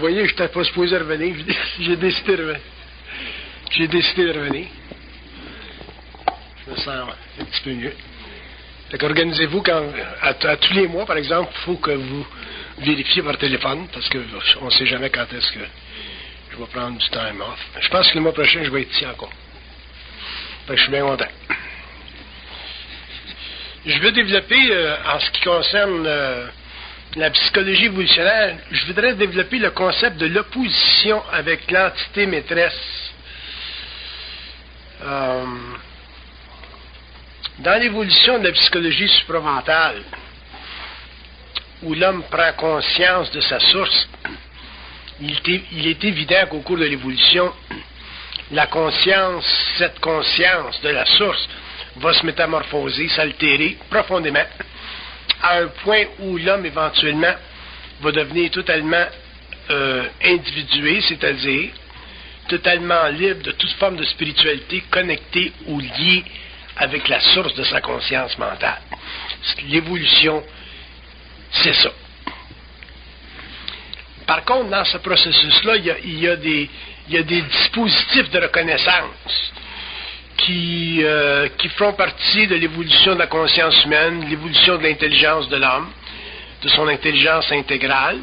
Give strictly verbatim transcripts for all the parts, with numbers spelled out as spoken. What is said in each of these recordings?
voyez, je n'étais pas supposé revenir. J'ai décidé de revenir. J'ai décidé de revenir. Je me sens un petit peu mieux. Fait qu'organisez-vous quand, à, à tous les mois, par exemple, il faut que vous vérifiez par téléphone, parce qu'on ne sait jamais quand est-ce que je vais prendre du time off. Je pense que le mois prochain, je vais être ici encore. Fait que je suis bien content. Je veux développer, euh, en ce qui concerne euh, la psychologie évolutionnaire, je voudrais développer le concept de l'opposition avec l'entité maîtresse. Euh, dans l'évolution de la psychologie supramentale, où l'homme prend conscience de sa source, il est, il est évident qu'au cours de l'évolution, la conscience, cette conscience de la source, va se métamorphoser, s'altérer profondément, à un point où l'homme éventuellement va devenir totalement euh, individué, c'est-à-dire totalement libre de toute forme de spiritualité connectée ou liée avec la source de sa conscience mentale. L'évolution, c'est ça. Par contre, dans ce processus-là, il y a, il y a des, il y a des dispositifs de reconnaissance qui, euh, qui font partie de l'évolution de la conscience humaine, l'évolution de l'intelligence de l'homme, de son intelligence intégrale.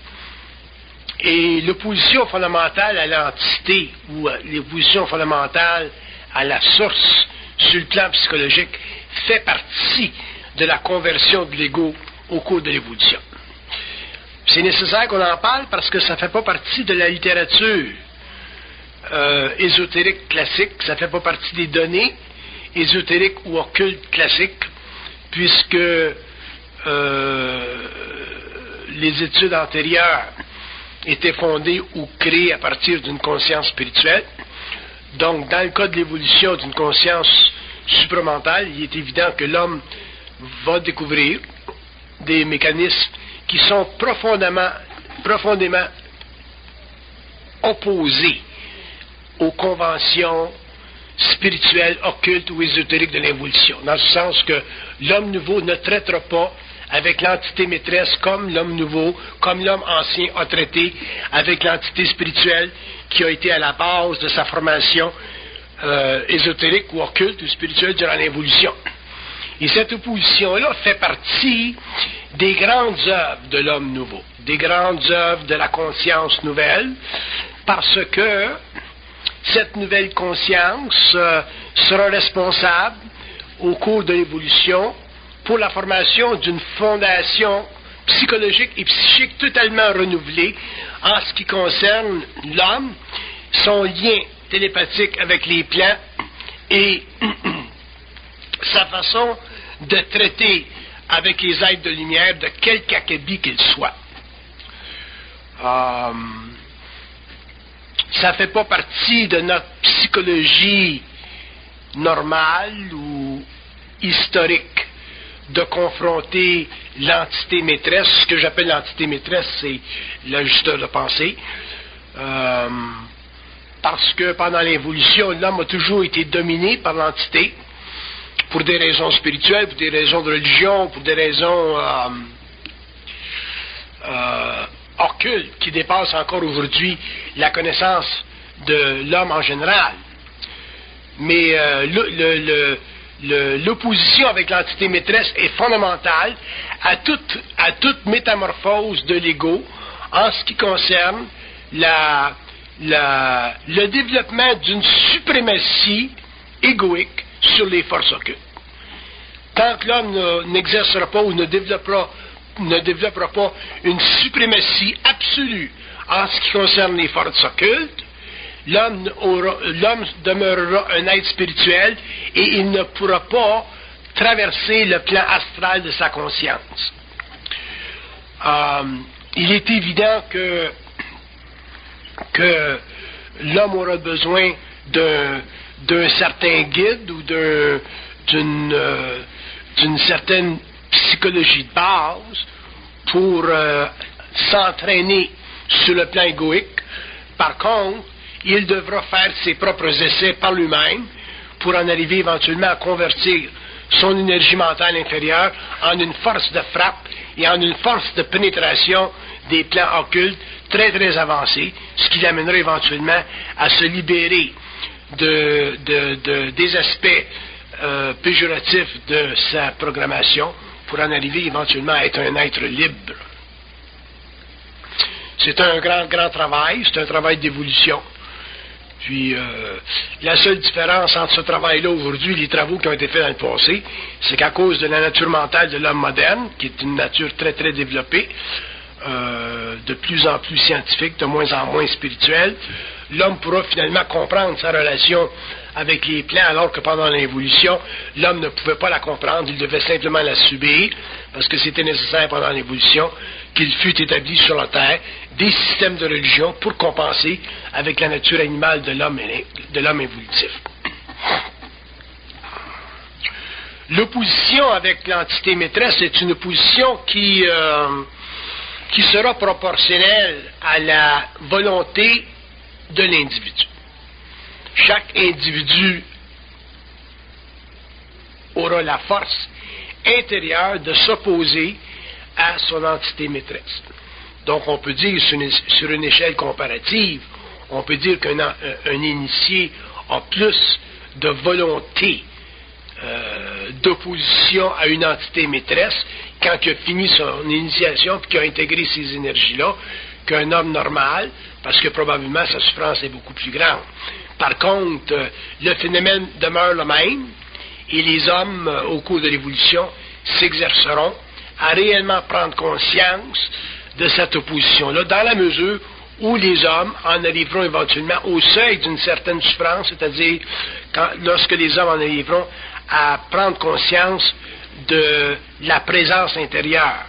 Et l'opposition fondamentale à l'entité, ou l'opposition fondamentale à la source sur le plan psychologique, fait partie de la conversion de l'ego au cours de l'évolution. C'est nécessaire qu'on en parle parce que ça ne fait pas partie de la littérature euh, ésotérique classique, ça ne fait pas partie des données ésotériques ou occultes classiques, puisque euh, les études antérieures étaient fondées ou créées à partir d'une conscience spirituelle. Donc, dans le cas de l'évolution d'une conscience supramentale, il est évident que l'homme va découvrir des mécanismes qui sont profondément, profondément opposés aux conventions spirituelles, occultes ou ésotériques de l'évolution. Dans le sens que l'homme nouveau ne traitera pas avec l'entité maîtresse comme l'homme nouveau, comme l'homme ancien a traité avec l'entité spirituelle qui a été à la base de sa formation euh, ésotérique ou occulte ou spirituelle durant l'évolution. Et cette opposition-là fait partie des grandes œuvres de l'homme nouveau, des grandes œuvres de la conscience nouvelle, parce que cette nouvelle conscience euh, sera responsable au cours de l'évolution pour la formation d'une fondation psychologique et psychique totalement renouvelée en ce qui concerne l'homme, son lien télépathique avec les plans et sa façon de traiter avec les êtres de lumière de quelque acabit qu'ils soient. Euh, ça ne fait pas partie de notre psychologie normale ou historique de confronter l'entité maîtresse. Ce que j'appelle l'entité maîtresse, c'est l'ajusteur de pensée. Euh, parce que pendant l'évolution, l'homme a toujours été dominé par l'entité, pour des raisons spirituelles, pour des raisons de religion, pour des raisons euh, euh, occultes qui dépassent encore aujourd'hui la connaissance de l'homme en général. Mais euh, le, le, le Le, l'opposition avec l'entité maîtresse est fondamentale à toute, à toute métamorphose de l'ego en ce qui concerne la, la, le développement d'une suprématie égoïque sur les forces occultes. Tant que l'homme ne, n'exercera pas ou ne développera, ne développera pas une suprématie absolue en ce qui concerne les forces occultes, L'homme, aura, l'homme demeurera un être spirituel et il ne pourra pas traverser le plan astral de sa conscience. Euh, il est évident que, que l'homme aura besoin d'un, d'un certain guide ou d'un, d'une, euh, d'une certaine psychologie de base pour euh, s'entraîner sur le plan égoïque. Par contre, il devra faire ses propres essais par lui-même pour en arriver éventuellement à convertir son énergie mentale inférieure en une force de frappe et en une force de pénétration des plans occultes très très avancés, ce qui l'amènera éventuellement à se libérer de, de, de, des aspects euh, péjoratifs de sa programmation pour en arriver éventuellement à être un être libre. C'est un grand, grand travail, c'est un travail d'évolution. Puis, euh, la seule différence entre ce travail-là aujourd'hui et les travaux qui ont été faits dans le passé, c'est qu'à cause de la nature mentale de l'homme moderne, qui est une nature très, très développée, euh, de plus en plus scientifique, de moins en moins spirituelle, l'homme pourra finalement comprendre sa relation avec les plans, alors que pendant l'évolution, l'homme ne pouvait pas la comprendre, il devait simplement la subir, parce que c'était nécessaire pendant l'évolution qu'il fût établi sur la Terre des systèmes de religion pour compenser avec la nature animale de l'homme de l'homme évolutif. L'opposition avec l'entité maîtresse est une opposition qui, euh, qui sera proportionnelle à la volonté de l'individu. Chaque individu aura la force intérieure de s'opposer à son entité maîtresse. Donc on peut dire, sur une, sur une échelle comparative, on peut dire qu'un un, un initié a plus de volonté euh, d'opposition à une entité maîtresse quand il a fini son initiation et qu'il a intégré ces énergies-là qu'un homme normal, parce que probablement sa souffrance est beaucoup plus grande. Par contre, euh, le phénomène demeure le même et les hommes, euh, au cours de l'évolution, s'exerceront à réellement prendre conscience de cette opposition-là, dans la mesure où les hommes en arriveront éventuellement au seuil d'une certaine souffrance, c'est-à-dire quand, lorsque les hommes en arriveront à prendre conscience de la présence intérieure.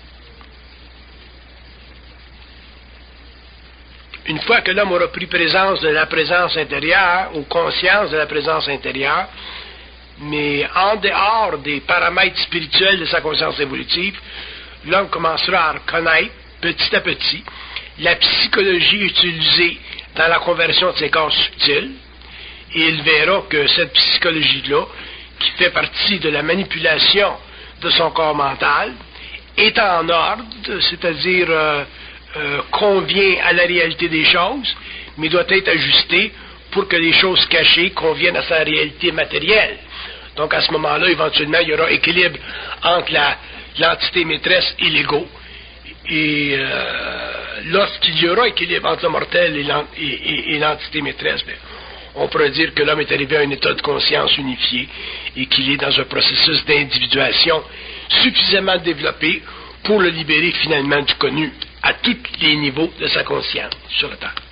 Une fois que l'homme aura pris présence de la présence intérieure, ou conscience de la présence intérieure, mais en dehors des paramètres spirituels de sa conscience évolutive, l'homme commencera à reconnaître, petit à petit, la psychologie utilisée dans la conversion de ses corps subtils, et il verra que cette psychologie-là, qui fait partie de la manipulation de son corps mental, est en ordre, c'est-à-dire euh, euh, convient à la réalité des choses, mais doit être ajustée pour que les choses cachées conviennent à sa réalité matérielle. Donc à ce moment-là, éventuellement, il y aura équilibre entre la, l'entité maîtresse et l'ego. Et euh, lorsqu'il y aura équilibre entre le mortel et, l'ent, et, et, et l'entité maîtresse, bien, on pourrait dire que l'homme est arrivé à un état de conscience unifié et qu'il est dans un processus d'individuation suffisamment développé pour le libérer finalement du connu à tous les niveaux de sa conscience sur la Terre.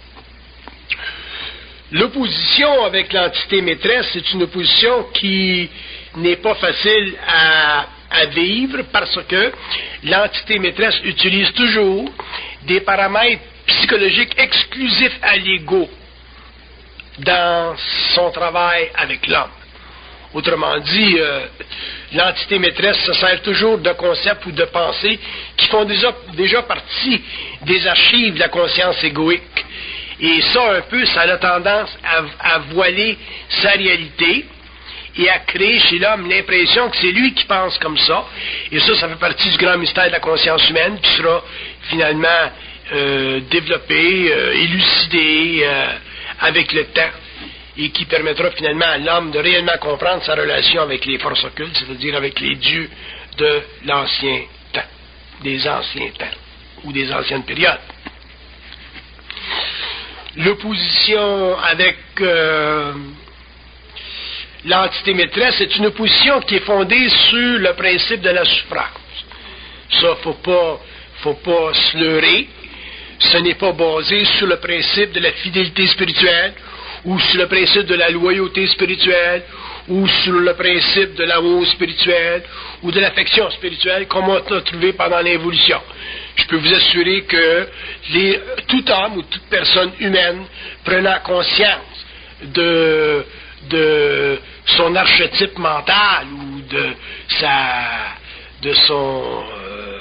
L'opposition avec l'entité maîtresse, c'est une opposition qui n'est pas facile à, à vivre parce que l'entité maîtresse utilise toujours des paramètres psychologiques exclusifs à l'ego dans son travail avec l'homme. Autrement dit, euh, l'entité maîtresse se sert toujours de concepts ou de pensées qui font déjà, déjà partie des archives de la conscience égoïque. Et ça, un peu, ça a tendance à, à voiler sa réalité et à créer chez l'homme l'impression que c'est lui qui pense comme ça. Et ça, ça fait partie du grand mystère de la conscience humaine qui sera finalement euh, développé, euh, élucidé euh, avec le temps et qui permettra finalement à l'homme de réellement comprendre sa relation avec les forces occultes, c'est-à-dire avec les dieux de l'ancien temps, des anciens temps ou des anciennes périodes. L'opposition avec euh, l'entité maîtresse est une opposition qui est fondée sur le principe de la souffrance. Ça, faut pas, faut pas se leurrer. Ce n'est pas basé sur le principe de la fidélité spirituelle, ou sur le principe de la loyauté spirituelle, ou sur le principe de l'amour spirituel, ou de l'affection spirituelle, comme on a trouvé pendant l'évolution. Je peux vous assurer que les, tout homme ou toute personne humaine prenant conscience de, de son archétype mental ou de sa, de son, euh,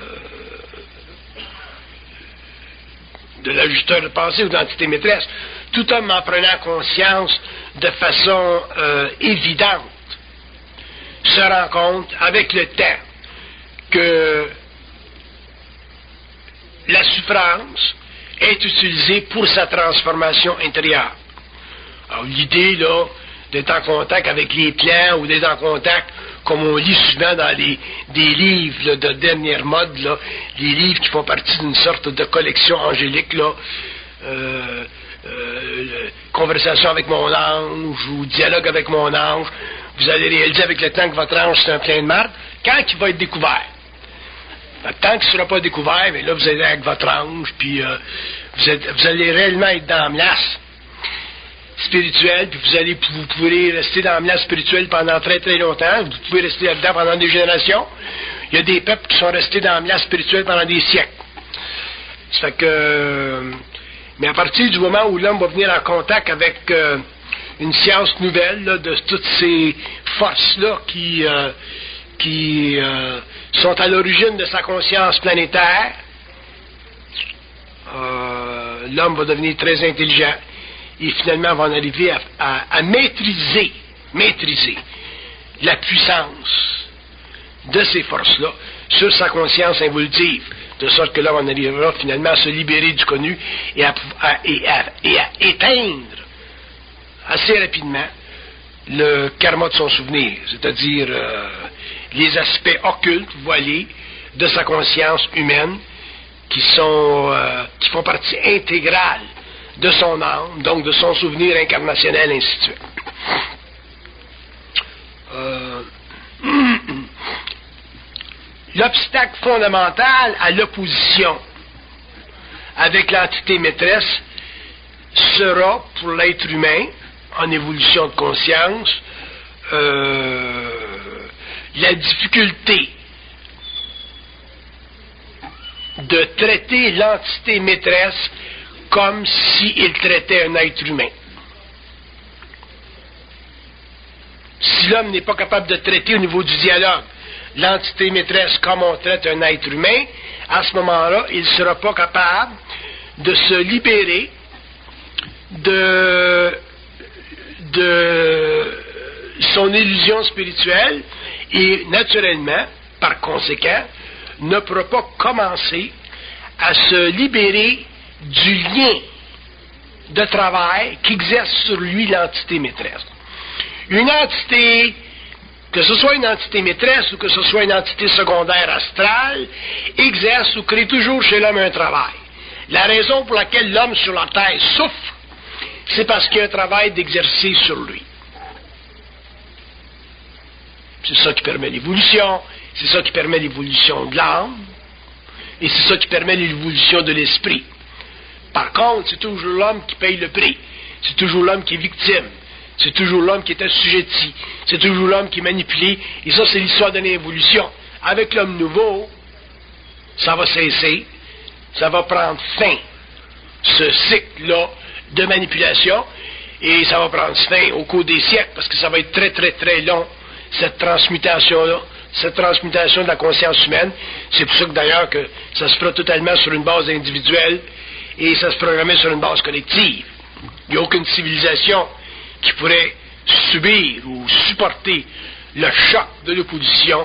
de l'ajusteur de pensée ou d'entité maîtresse, tout homme en prenant conscience de façon euh, évidente se rend compte avec le temps que la souffrance est utilisée pour sa transformation intérieure. Alors, l'idée, là, d'être en contact avec les plans ou d'être en contact, comme on lit souvent dans les, des livres là, de dernière mode, là, les livres qui font partie d'une sorte de collection angélique, là, euh, euh, conversation avec mon ange ou dialogue avec mon ange, vous allez réaliser avec le temps que votre ange c'est un plein de marde, quand il va être découvert. Tant qu'il ne sera pas découvert, mais là vous allez avec votre ange, puis euh, vous, êtes, vous allez réellement être dans la menace spirituelle, puis vous allez vous pourrez rester dans la menace spirituelle pendant très très longtemps, vous pouvez rester là-dedans pendant des générations. Il y a des peuples qui sont restés dans la menace spirituelle pendant des siècles. Ça fait que, mais à partir du moment où l'homme va venir en contact avec euh, une science nouvelle là, de toutes ces forces-là qui, euh, qui euh, sont à l'origine de sa conscience planétaire, euh, l'homme va devenir très intelligent et finalement va en arriver à, à, à maîtriser, maîtriser la puissance de ces forces-là sur sa conscience involutive, de sorte que là, on arrivera finalement à se libérer du connu et à, à, et à, et à éteindre assez rapidement le karma de son souvenir, c'est-à-dire euh, les aspects occultes, voilés, de sa conscience humaine, qui sont, euh, qui font partie intégrale de son âme, donc de son souvenir incarnationnel, ainsi de suite. Euh, L'obstacle fondamental à l'opposition avec l'entité maîtresse sera, pour l'être humain, en évolution de conscience, euh, la difficulté de traiter l'entité maîtresse comme s'il traitait un être humain. Si l'homme n'est pas capable de traiter au niveau du dialogue l'entité maîtresse comme on traite un être humain, à ce moment-là, il ne sera pas capable de se libérer de, de son illusion spirituelle et, naturellement, par conséquent, ne pourra pas commencer à se libérer du lien de travail qu'exerce sur lui l'entité maîtresse. Une entité, que ce soit une entité maîtresse ou que ce soit une entité secondaire astrale, exerce ou crée toujours chez l'homme un travail. La raison pour laquelle l'homme sur la terre souffre, c'est parce qu'il y a un travail d'exercer sur lui. C'est ça qui permet l'évolution, c'est ça qui permet l'évolution de l'âme, et c'est ça qui permet l'évolution de l'esprit. Par contre, c'est toujours l'homme qui paye le prix, c'est toujours l'homme qui est victime, c'est toujours l'homme qui est assujetti, c'est toujours l'homme qui est manipulé, et ça c'est l'histoire de l'évolution. Avec l'homme nouveau, ça va cesser, ça va prendre fin, ce cycle-là de manipulation, et ça va prendre fin au cours des siècles, parce que ça va être très très très long, cette transmutation-là, cette transmutation de la conscience humaine. C'est pour ça que d'ailleurs que ça se fera totalement sur une base individuelle, et ça se programmait sur une base collective. Il n'y a aucune civilisation qui pourrait subir ou supporter le choc de l'opposition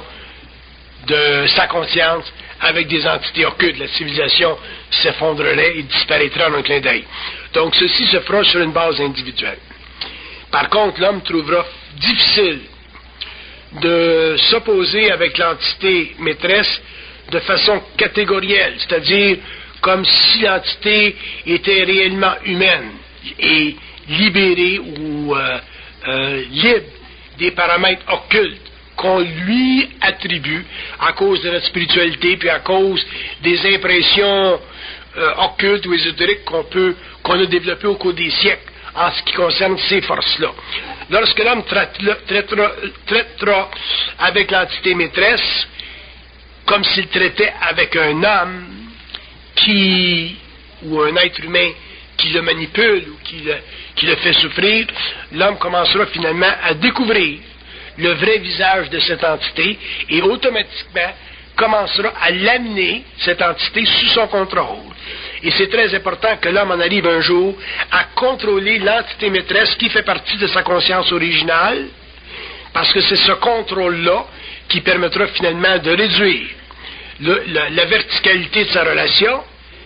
de sa conscience avec des entités occultes. La civilisation s'effondrerait et disparaîtrait en un clin d'œil. Donc ceci se fera sur une base individuelle. Par contre, l'homme trouvera difficile de s'opposer avec l'entité maîtresse de façon catégorielle, c'est-à-dire comme si l'entité était réellement humaine et libérée ou euh, euh, libre des paramètres occultes qu'on lui attribue à cause de notre spiritualité puis à cause des impressions euh, occultes ou ésotériques qu'on peut qu'on a développées au cours des siècles en ce qui concerne ces forces-là. Lorsque l'homme traitera, traitera, traitera avec l'entité maîtresse comme s'il traitait avec un homme qui, ou un être humain qui le manipule ou qui le, qui le fait souffrir, l'homme commencera finalement à découvrir le vrai visage de cette entité et automatiquement commencera à l'amener, cette entité, sous son contrôle. Et c'est très important que l'homme en arrive un jour à contrôler l'entité maîtresse qui fait partie de sa conscience originale, parce que c'est ce contrôle-là qui permettra finalement de réduire le, la, la verticalité de sa relation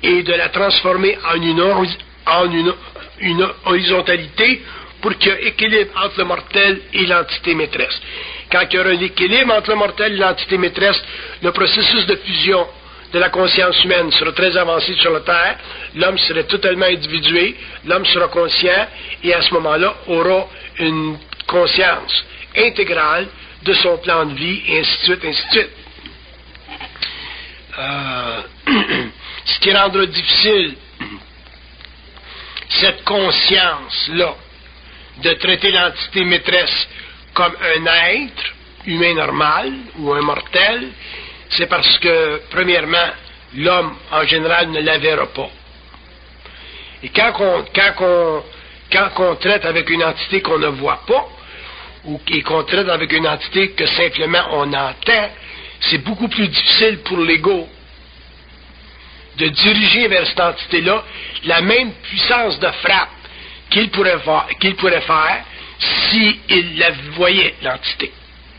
et de la transformer en une, en une, une horizontalité pour qu'il y ait équilibre entre le mortel et l'entité maîtresse. Quand il y aura un équilibre entre le mortel et l'entité maîtresse, le processus de fusion de la conscience humaine sera très avancé sur la Terre, l'homme serait totalement individué, l'homme sera conscient et à ce moment-là aura une conscience intégrale de son plan de vie, et ainsi de suite, ainsi de suite. Euh, ce qui rendra difficile cette conscience-là de traiter l'entité maîtresse comme un être humain normal ou un mortel, c'est parce que, premièrement, l'homme, en général, ne la verra pas. Et quand on, quand on, quand on traite avec une entité qu'on ne voit pas, ou qu'on traite avec une entité que simplement on entend, c'est beaucoup plus difficile pour l'ego de diriger vers cette entité-là la même puissance de frappe qu'il pourrait, qu'il pourrait faire s'il la voyait, l'entité.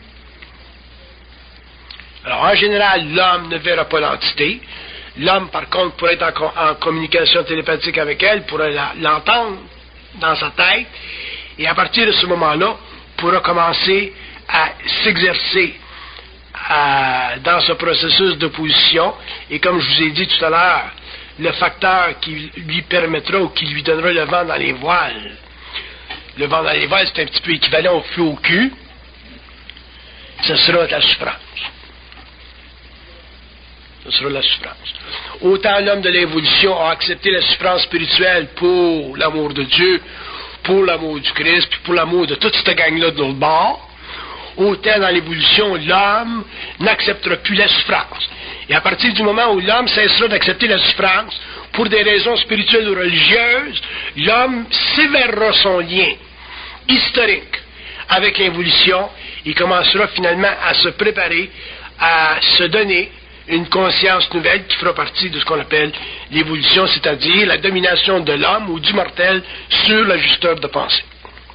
Alors, en général, l'homme ne verra pas l'entité. L'homme, par contre, pourrait être en, en communication télépathique avec elle, pourrait l'entendre dans sa tête, et à partir de ce moment-là, pourra commencer à s'exercer à, dans ce processus d'opposition. Et comme je vous ai dit tout à l'heure, le facteur qui lui permettra ou qui lui donnera le vent dans les voiles, le vent dans les voiles, c'est un petit peu équivalent au feu au cul, ce sera la souffrance. Ce sera la souffrance. Autant l'homme de l'évolution a accepté la souffrance spirituelle pour l'amour de Dieu, pour l'amour du Christ, puis pour l'amour de toute cette gang-là de l'autre bord, autant dans l'évolution, l'homme n'acceptera plus la souffrance. Et à partir du moment où l'homme cessera d'accepter la souffrance, pour des raisons spirituelles ou religieuses, l'homme sévèrera son lien historique avec l'évolution et commencera finalement à se préparer, à se donner une conscience nouvelle qui fera partie de ce qu'on appelle l'évolution, c'est-à-dire la domination de l'homme ou du mortel sur l'ajusteur de pensée.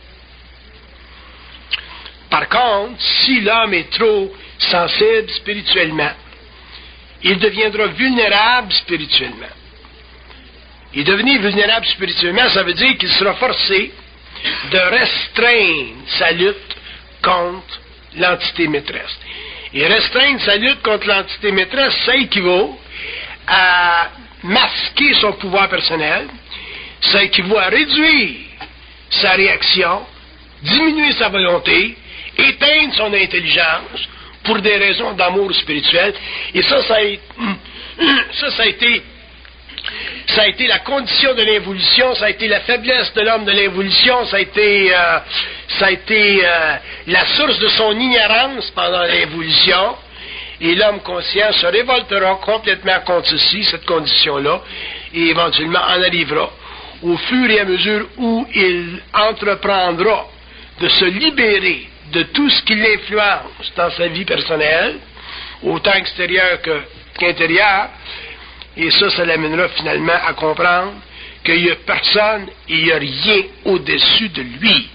Par contre, si l'homme est trop sensible spirituellement, il deviendra vulnérable spirituellement. Et devenir vulnérable spirituellement, ça veut dire qu'il sera forcé de restreindre sa lutte contre l'entité maîtresse. Et restreindre sa lutte contre l'entité maîtresse, ça équivaut à masquer son pouvoir personnel, ça équivaut à réduire sa réaction, diminuer sa volonté, éteindre son intelligence pour des raisons d'amour spirituel. Et ça, ça a, ça, ça a été ça a été la condition de l'évolution, ça a été la faiblesse de l'homme de l'évolution, ça a été, euh, ça a été euh, la source de son ignorance pendant l'évolution, et l'homme conscient se révoltera complètement contre ceci, cette condition-là, et éventuellement en arrivera, au fur et à mesure où il entreprendra de se libérer de tout ce qui l'influence dans sa vie personnelle, autant extérieure que, qu'intérieure. Et ça, ça l'amènera finalement à comprendre qu'il n'y a personne et il n'y a rien au-dessus de lui.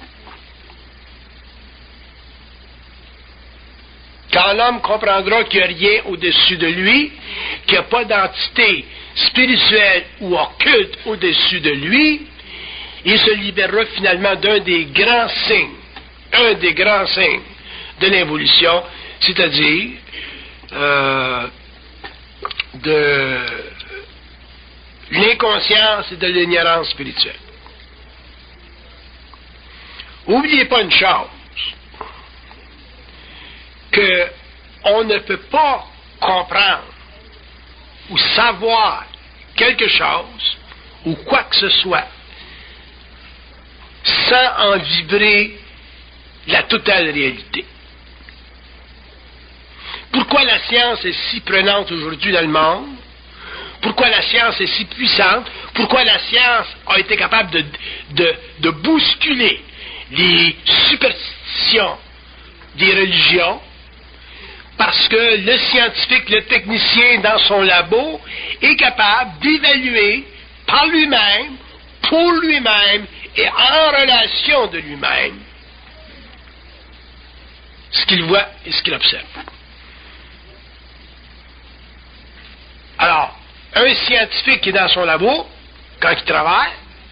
Quand l'homme comprendra qu'il n'y a rien au-dessus de lui, qu'il n'y a pas d'entité spirituelle ou occulte au-dessus de lui, il se libérera finalement d'un des grands signes, un des grands signes de l'évolution, c'est-à-dire euh, de l'inconscience et de l'ignorance spirituelle. N'oubliez pas une chose, que on ne peut pas comprendre ou savoir quelque chose ou quoi que ce soit sans en vibrer la totale réalité. Pourquoi la science est si prenante aujourd'hui dans le monde? Pourquoi la science est si puissante? Pourquoi la science a été capable de, de, de bousculer les superstitions des religions? Parce que le scientifique, le technicien dans son labo est capable d'évaluer par lui-même, pour lui-même et en relation de lui-même ce qu'il voit et ce qu'il observe. Alors, un scientifique qui est dans son labo, quand il travaille,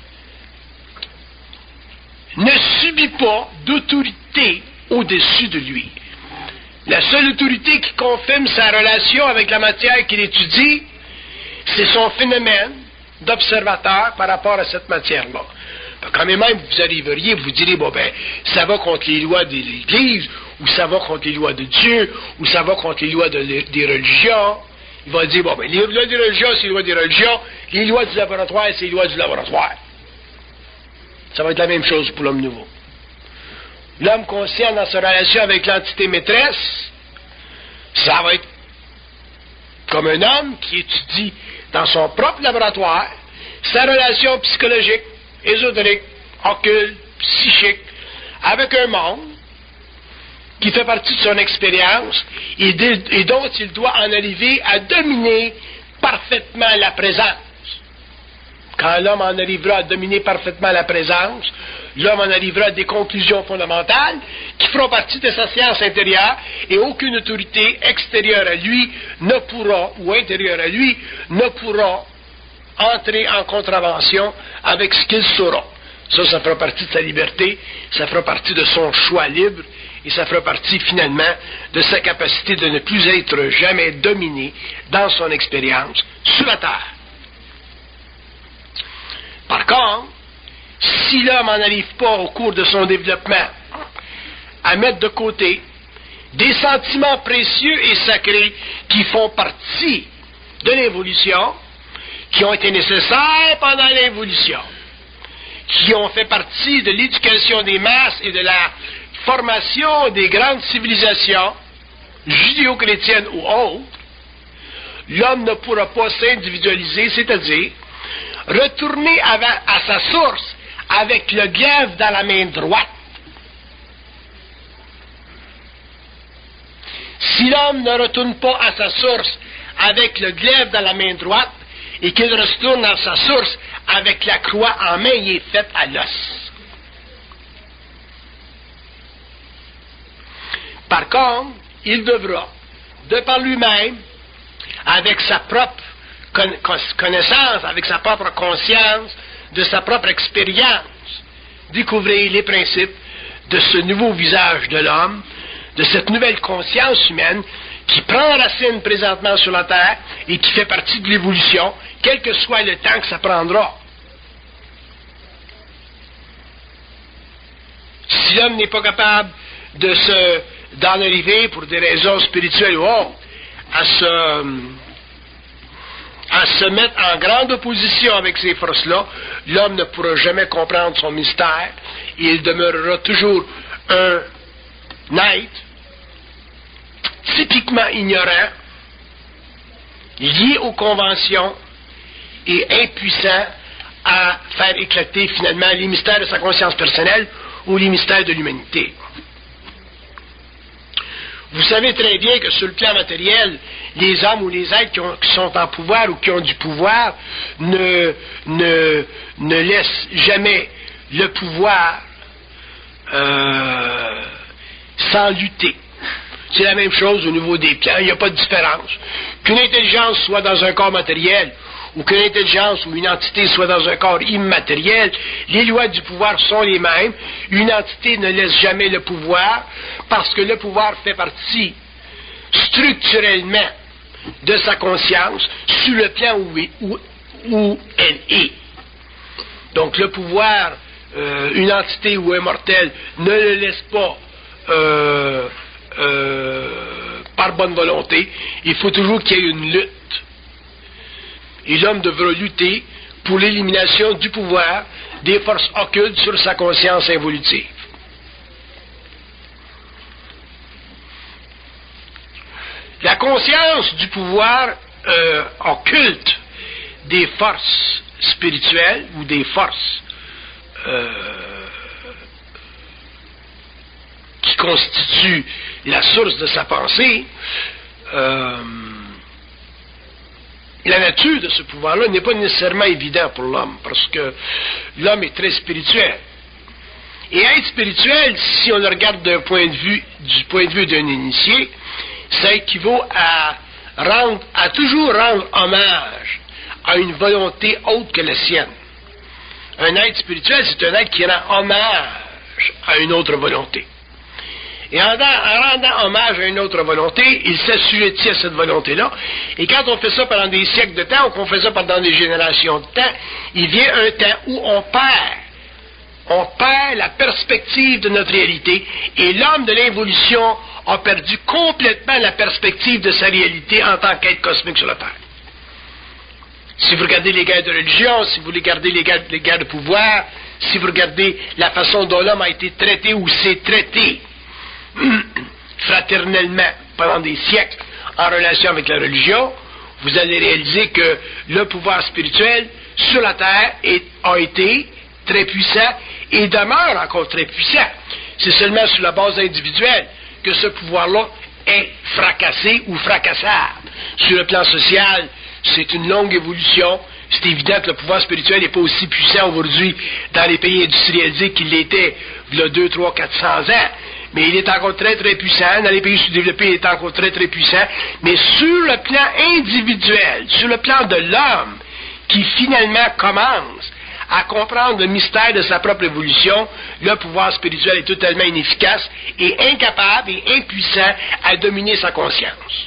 ne subit pas d'autorité au-dessus de lui. La seule autorité qui confirme sa relation avec la matière qu'il étudie, c'est son phénomène d'observateur par rapport à cette matière-là. Quand même, vous arriveriez, vous direz, bon ben, ça va contre les lois de l'Église, ou ça va contre les lois de Dieu, ou ça va contre les lois de, des religions. Il va dire, bon ben, les lois des religions, c'est les lois des religions, les lois du laboratoire, c'est les lois du laboratoire. Ça va être la même chose pour l'homme nouveau. L'homme conscient dans sa relation avec l'entité maîtresse, ça va être comme un homme qui étudie dans son propre laboratoire sa relation psychologique, ésotérique, occulte, psychique, avec un monde qui fait partie de son expérience et, de, et dont il doit en arriver à dominer parfaitement la présence. Quand l'homme en arrivera à dominer parfaitement la présence, l'homme en arrivera à des conclusions fondamentales qui feront partie de sa science intérieure et aucune autorité extérieure à lui ne pourra, ou intérieure à lui, ne pourra entrer en contravention avec ce qu'il saura. Ça, ça fera partie de sa liberté, ça fera partie de son choix libre et ça fera partie finalement de sa capacité de ne plus être jamais dominé dans son expérience sur la Terre. Par contre, si l'homme n'en arrive pas au cours de son développement à mettre de côté des sentiments précieux et sacrés qui font partie de l'évolution, qui ont été nécessaires pendant l'évolution, qui ont fait partie de l'éducation des masses et de la formation des grandes civilisations judéo-chrétiennes ou autres, l'homme ne pourra pas s'individualiser, c'est-à-dire retourner à, à sa source avec le glaive dans la main droite. Si l'homme ne retourne pas à sa source avec le glaive dans la main droite et qu'il retourne à sa source avec la croix en main, il est fait à l'os. Par contre, il devra, de par lui-même, avec sa propre connaissance, avec sa propre conscience, de sa propre expérience, découvrir les principes de ce nouveau visage de l'homme, de cette nouvelle conscience humaine qui prend racine présentement sur la Terre et qui fait partie de l'évolution, quel que soit le temps que ça prendra. Si l'homme n'est pas capable de se, d'en arriver pour des raisons spirituelles ou autres, à se à se mettre en grande opposition avec ces forces-là, l'homme ne pourra jamais comprendre son mystère. Il demeurera toujours un être typiquement ignorant, lié aux conventions et impuissant à faire éclater finalement les mystères de sa conscience personnelle ou les mystères de l'humanité. Vous savez très bien que sur le plan matériel, les hommes ou les êtres qui, ont, qui sont en pouvoir ou qui ont du pouvoir ne, ne, ne laissent jamais le pouvoir euh, sans lutter. C'est la même chose au niveau des plans, il n'y a pas de différence. Qu'une intelligence soit dans un corps matériel ou qu'une intelligence ou une entité soit dans un corps immatériel, les lois du pouvoir sont les mêmes. Une entité ne laisse jamais le pouvoir parce que le pouvoir fait partie structurellement de sa conscience sur le plan où, où, où elle est. Donc le pouvoir, euh, une entité ou un mortel ne le laisse pas euh, euh, par bonne volonté. Il faut toujours qu'il y ait une lutte. Et l'homme devra lutter pour l'élimination du pouvoir des forces occultes sur sa conscience involutive. La conscience du pouvoir euh, occulte des forces spirituelles ou des forces euh, qui constituent la source de sa pensée, euh, la nature de ce pouvoir-là n'est pas nécessairement évident pour l'homme, parce que l'homme est très spirituel. Et être spirituel, si on le regarde d'un point de vue, du point de vue d'un initié, ça équivaut à rendre, à toujours rendre hommage a une volonté autre que la sienne. Un être spirituel, c'est un être qui rend hommage à une autre volonté. Et en, en rendant hommage à une autre volonté, il s'assujettit à cette volonté-là. Et quand on fait ça pendant des siècles de temps, ou qu'on fait ça pendant des générations de temps, il vient un temps où on perd. On perd la perspective de notre réalité. Et l'homme de l'involution a perdu complètement la perspective de sa réalité en tant qu'être cosmique sur la Terre. Si vous regardez les guerres de religion, si vous regardez les guerres, les guerres de pouvoir, si vous regardez la façon dont l'homme a été traité ou s'est traité fraternellement pendant des siècles en relation avec la religion, vous allez réaliser que le pouvoir spirituel sur la terre est, a été très puissant et demeure encore très puissant. C'est seulement sur la base individuelle que ce pouvoir-là est fracassé ou fracassable. Sur le plan social, c'est une longue évolution. C'est évident que le pouvoir spirituel n'est pas aussi puissant aujourd'hui dans les pays industrialisés qu'il l'était il y a deux, trois, quatre cents ans. Mais il est encore très, très puissant. Dans les pays sous-développés, il est encore très, très puissant. Mais sur le plan individuel, sur le plan de l'homme, qui finalement commence à comprendre le mystère de sa propre évolution, le pouvoir spirituel est totalement inefficace et incapable et impuissant à dominer sa conscience.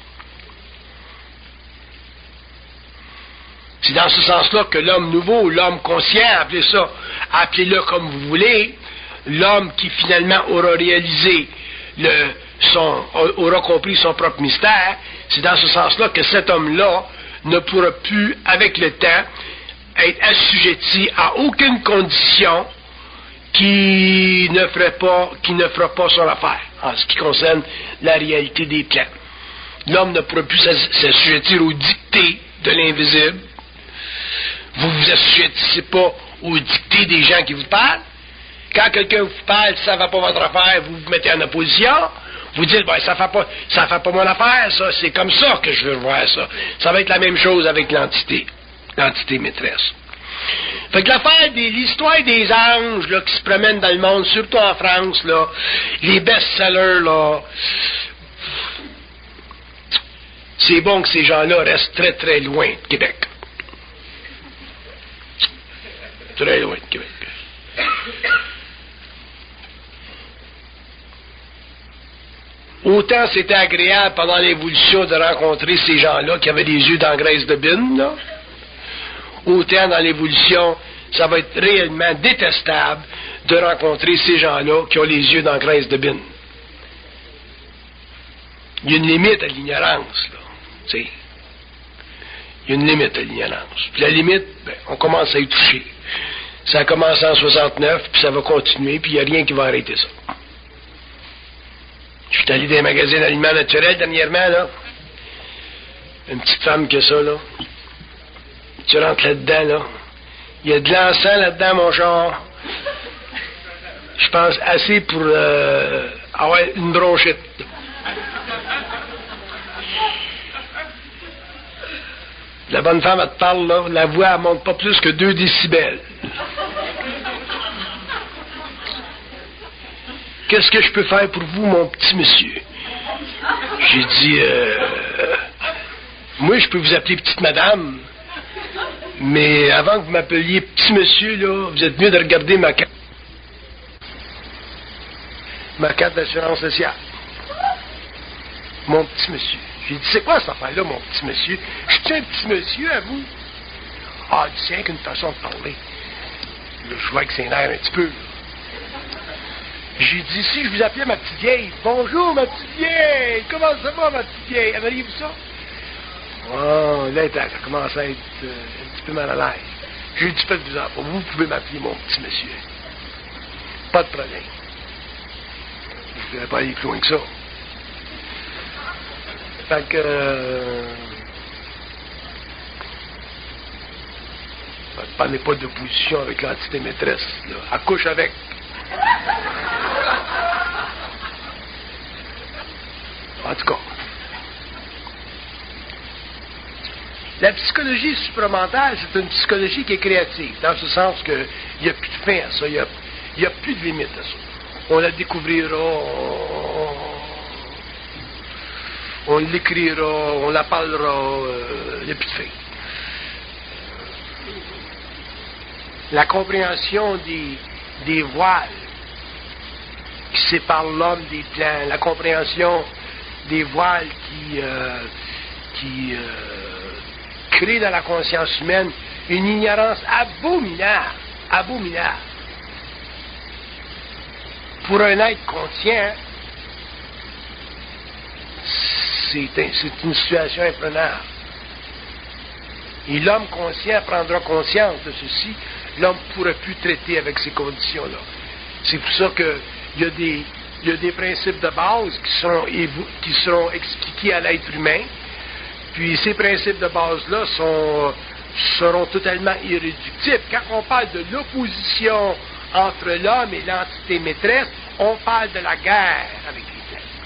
C'est dans ce sens-là que l'homme nouveau, l'homme conscient, appelez ça, appelez-le comme vous voulez, l'homme qui finalement aura réalisé, le, son, aura compris son propre mystère, c'est dans ce sens-là que cet homme-là ne pourra plus, avec le temps, être assujetti à aucune condition qui ne ferait pas, qui ne fera pas son affaire, en ce qui concerne la réalité des plans. L'homme ne pourra plus s'assujettir aux dictées de l'invisible. Vous ne vous assujettissez pas aux dictées des gens qui vous parlent. Quand quelqu'un vous parle, ça ne va pas votre affaire, vous vous mettez en opposition. Vous dites, ben, ça ne fait pas, ça fait pas mon affaire, ça. C'est comme ça que je veux voir ça. Ça va être la même chose avec l'entité, l'entité maîtresse. Fait que l'affaire de l'histoire des anges, là, qui se promènent dans le monde, surtout en France, là, les best-sellers, là, c'est bon que ces gens-là restent très, très loin de Québec. Très loin de Québec. Autant c'était agréable pendant l'évolution de rencontrer ces gens-là qui avaient les yeux dans la graisse de bine, là. Autant dans l'évolution, ça va être réellement détestable de rencontrer ces gens-là qui ont les yeux dans la graisse de bine. Il y a une limite à l'ignorance, là. Tu sais. Il y a une limite à l'ignorance. Puis la limite, ben, on commence à y toucher. Ça a commencé en soixante-neuf, puis ça va continuer, puis il n'y a rien qui va arrêter ça. Je suis allé dans les magasins d'aliments naturels dernièrement, là. Une petite femme qui a ça, là. Tu rentres là-dedans, là. Il y a de l'encens là-dedans, mon genre. Je pense assez pour euh, avoir une bronchite. La bonne femme, elle te parle, là. La voix, elle monte pas plus que deux décibels. Qu'est-ce que je peux faire pour vous, mon petit monsieur? J'ai dit, euh, moi, je peux vous appeler petite madame, mais avant que vous m'appeliez petit monsieur, là, vous êtes mieux de regarder ma carte. Ma carte d'assurance sociale. Mon petit monsieur. J'ai dit, c'est quoi cette affaire-là, mon petit monsieur? Je suis un petit monsieur à vous? Ah, il tient qu'une façon de parler. Là, je vois que c'est l'air un petit peu. J'ai dit, si je vous appelais ma petite vieille, bonjour ma petite vieille, comment ça va ma petite vieille? Aimeriez-vous ça? Oh, là, elle commence à être euh, un petit peu mal à l'aise. J'ai dit, faites-vous en pas, vous pouvez m'appeler mon petit monsieur. Pas de problème. Je ne vais pas aller plus loin que ça. Fait que... Euh, ne parlez pas d'opposition avec l'entité maîtresse, là. Accouche avec. En tout cas, la psychologie supramentale, c'est une psychologie qui est créative, dans ce sens qu'il n'y a plus de fin à ça, il n'y a, a plus de limite à ça. On la découvrira, on, on l'écrira, on la parlera, il euh, n'y a plus de fin. la compréhension des, des voiles qui séparent l'homme des plans, la compréhension des voiles qui, euh, qui euh, créent dans la conscience humaine une ignorance abominable, abominable. Pour un être conscient, c'est, un, c'est une situation imprenable. Et l'homme conscient prendra conscience de ceci, l'homme ne pourra plus traiter avec ces conditions-là. C'est pour ça qu'il y a des, il y a des principes de base qui seront, qui seront expliqués à l'être humain, puis ces principes de base-là sont, seront totalement irréductibles. Quand on parle de l'opposition entre l'homme et l'entité maîtresse, on parle de la guerre avec les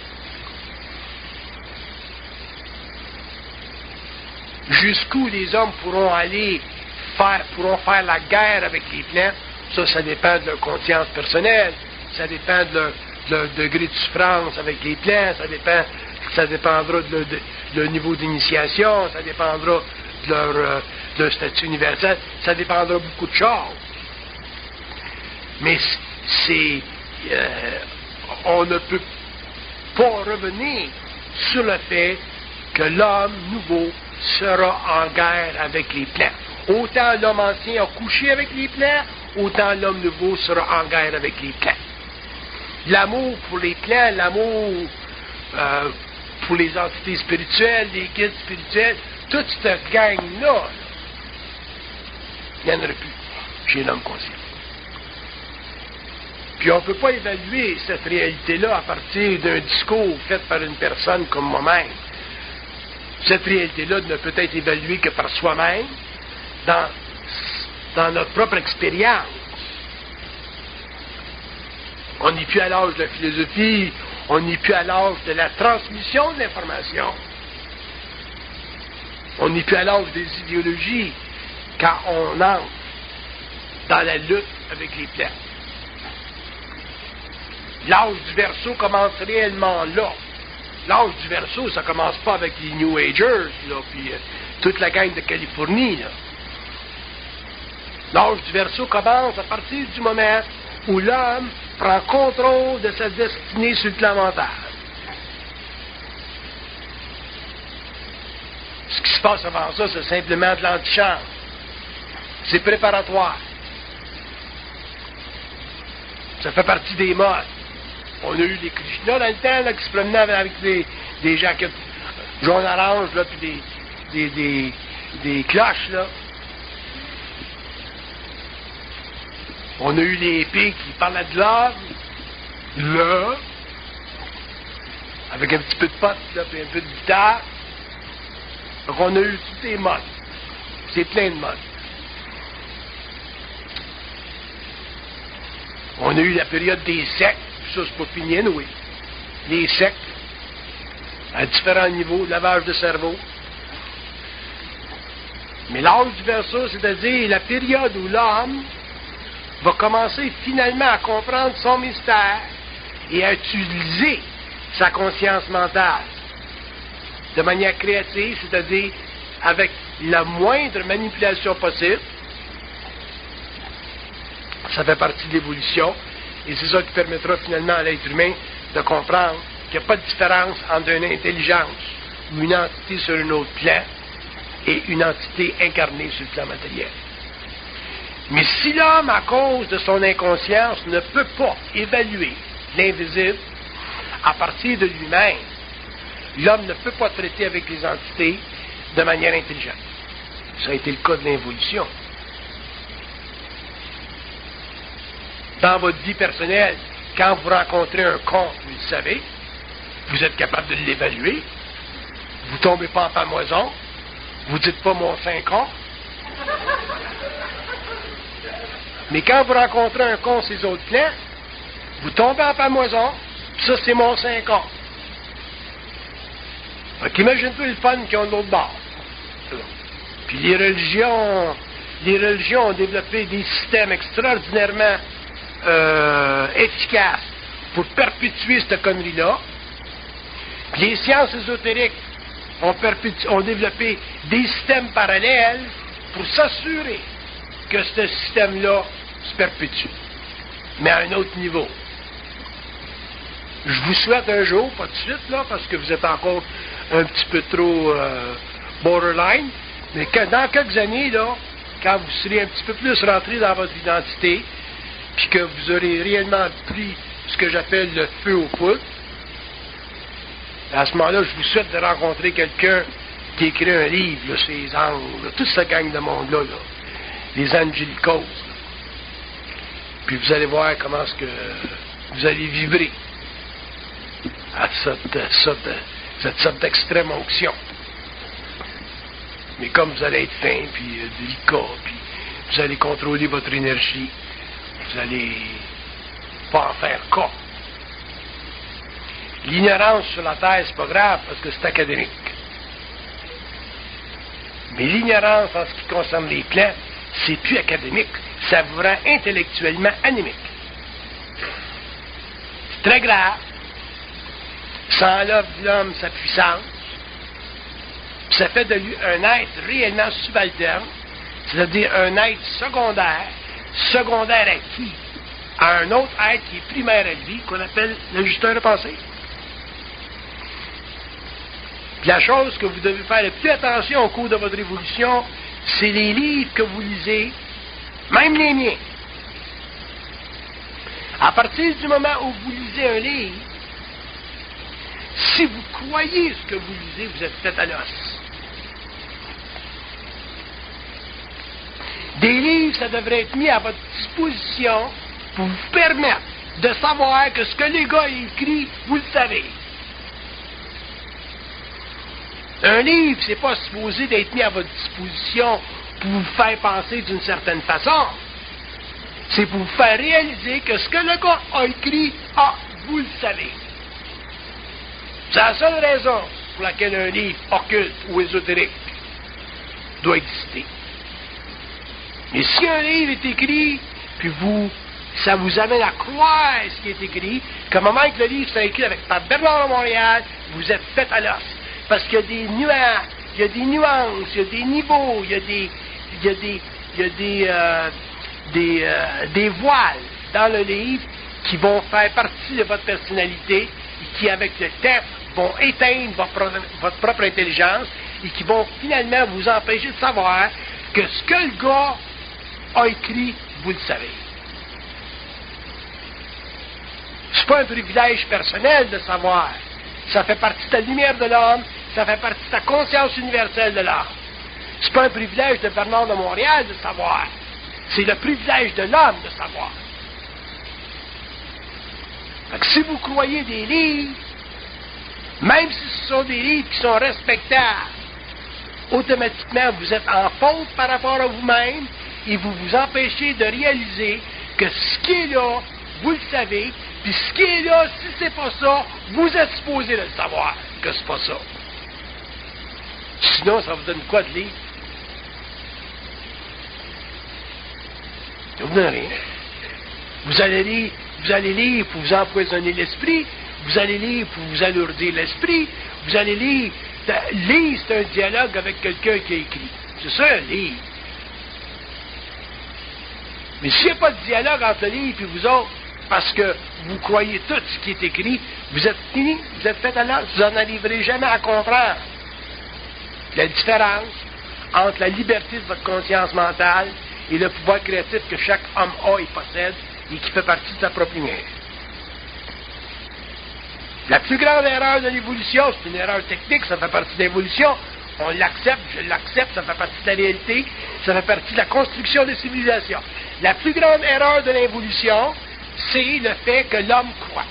plantes. Jusqu'où les hommes pourront aller faire, pourront faire la guerre avec les plantes, ça, ça dépend de leur conscience personnelle, ça dépend de leur, de leur degré de souffrance avec les plantes, ça dépend, ça dépendra de leur, de, de leur niveau d'initiation, ça dépendra de leur, euh, de leur statut universel, ça dépendra de beaucoup de choses. Mais c'est, euh, on ne peut pas revenir sur le fait que l'homme nouveau sera en guerre avec les plans. Autant l'homme ancien a couché avec les plans, autant l'homme nouveau sera en guerre avec les plans. L'amour pour les plans, l'amour euh, pour les entités spirituelles, les guides spirituels, toute cette gang-là, il n'y en aurait plus chez l'homme conscient. Puis on ne peut pas évaluer cette réalité-là à partir d'un discours fait par une personne comme moi-même. Cette réalité-là ne peut être évaluée que par soi-même, dans, dans notre propre expérience. On n'est plus à l'âge de la philosophie, on n'est plus à l'âge de la transmission de l'information. On n'est plus à l'âge des idéologies quand on entre dans la lutte avec les plans. L'âge du Verseau commence réellement là. L'âge du Verseau, ça commence pas avec les New Agers, là, puis euh, toute la gang de Californie, là. L'âge du Verseau commence à partir du moment où l'homme prend contrôle de sa destinée sur le plan mental. Ce qui se passe avant ça, c'est simplement de l'antichambre. C'est préparatoire. Ça fait partie des modes. On a eu des Krishna dans le temps là, qui se promenaient avec des, des jaquettes jaune-orange, là, puis des, des, des, des cloches, là. On a eu les épées qui parlaient de l'or, là, avec un petit peu de pote, là, puis un peu de guitare. Donc on a eu tous les modes. C'est plein de modes. On a eu la période des sectes. Ça, c'est pas fini, oui. Les sectes, à différents niveaux, lavage de cerveau. Mais l'âge du Verseau, c'est-à-dire la période où l'homme va commencer finalement à comprendre son mystère et à utiliser sa conscience mentale de manière créative, c'est-à-dire avec la moindre manipulation possible. Ça fait partie de l'évolution. Et c'est ça qui permettra finalement à l'être humain de comprendre qu'il n'y a pas de différence entre une intelligence ou une entité sur un autre plan et une entité incarnée sur le plan matériel. Mais si l'homme, à cause de son inconscience, ne peut pas évaluer l'invisible à partir de lui-même, l'homme ne peut pas traiter avec les entités de manière intelligente. Ça a été le cas de l'involution. Dans votre vie personnelle, quand vous rencontrez un con, vous le savez, vous êtes capable de l'évaluer, vous ne tombez pas en pamoison, vous ne dites pas mon fin con. Mais quand vous rencontrez un con sur les autres plans, vous tombez en pamoison, puis ça c'est mon fin con. Donc imagine-toi le fun qu'ils ont de l'autre bord. Puis les religions, les religions ont développé des systèmes extraordinairement Euh, efficace pour perpétuer cette connerie-là. Puis les sciences ésotériques ont, perpétu- ont développé des systèmes parallèles pour s'assurer que ce système-là se perpétue, mais à un autre niveau. Je vous souhaite un jour, pas de suite, là, parce que vous êtes encore un petit peu trop euh, borderline, mais que, dans quelques années, là, quand vous serez un petit peu plus rentré dans votre identité, puis que vous aurez réellement pris ce que j'appelle le feu aux poudres, à ce moment-là, je vous souhaite de rencontrer quelqu'un qui écrit un livre, là, ces angles, là, toute cette gang de monde-là, là, les angélicos. Puis vous allez voir comment est-ce que vous allez vibrer à cette sorte, cette sorte d'extrême onction. Mais comme vous allez être fin, puis euh, délicat, puis vous allez contrôler votre énergie, vous allez pas en faire cas. L'ignorance sur la Terre, c'est pas grave, parce que c'est académique. Mais l'ignorance en ce qui concerne les plans, c'est plus académique. Ça vous rend intellectuellement anémique. C'est très grave. Ça enlève de l'homme sa puissance. Ça fait de lui un être réellement subalterne, c'est-à-dire un être secondaire, secondaire à qui? À un autre être qui est primaire à lui, qu'on appelle l'ajusteur de pensée. Puis la chose que vous devez faire le plus attention au cours de votre évolution, c'est les livres que vous lisez, même les miens. À partir du moment où vous lisez un livre, si vous croyez ce que vous lisez, vous êtes fait à l'os. Des livres, ça devrait être mis à votre disposition pour vous permettre de savoir que ce que les gars écrivent, vous le savez. Un livre, c'est pas supposé d'être mis à votre disposition pour vous faire penser d'une certaine façon. C'est pour vous faire réaliser que ce que le gars a écrit, ah, vous le savez. C'est la seule raison pour laquelle un livre occulte ou ésotérique doit exister. Mais si un livre est écrit, puis vous, ça vous amène à croire ce qui est écrit, qu'à un moment que le livre est écrit avec par Bernard de Montréal, vous êtes fait à l'os. Parce qu'il y a des nuances, il y a des nuances, il y a des niveaux, il y a des, il y a des, il y a des, euh, des, euh, des voiles dans le livre qui vont faire partie de votre personnalité et qui, avec le temps, vont éteindre votre, votre propre intelligence et qui vont finalement vous empêcher de savoir que ce que le gars a écrit, vous le savez. C'est pas un privilège personnel de savoir. Ça fait partie de la lumière de l'homme, ça fait partie de la conscience universelle de l'homme. C'est pas un privilège de Bernard de Montréal de savoir. C'est le privilège de l'homme de savoir. Fait que si vous croyez des livres, même si ce sont des livres qui sont respectables, automatiquement vous êtes en faute par rapport à vous-même et vous vous empêchez de réaliser que ce qui est là, vous le savez, puis ce qui est là, si c'est pas ça, vous êtes supposé de le savoir que c'est pas ça. Sinon, ça vous donne quoi de lire? Ça vous donne rien. Vous allez lire, vous allez lire pour vous empoisonner l'esprit, vous allez lire pour vous alourdir l'esprit, vous allez lire. Lire, c'est un dialogue avec quelqu'un qui a écrit. C'est ça, un livre. Mais s'il n'y a pas de dialogue entre le livre et vous autres, parce que vous croyez tout ce qui est écrit, vous êtes fini, vous êtes fait à l'os, vous n'en arriverez jamais à comprendre la différence entre la liberté de votre conscience mentale et le pouvoir créatif que chaque homme a et possède et qui fait partie de sa propre lumière. La plus grande erreur de l'évolution, c'est une erreur technique, ça fait partie de l'évolution, on l'accepte, je l'accepte, ça fait partie de la réalité, ça fait partie de la construction des civilisations. La plus grande erreur de l'évolution, c'est le fait que l'homme croit.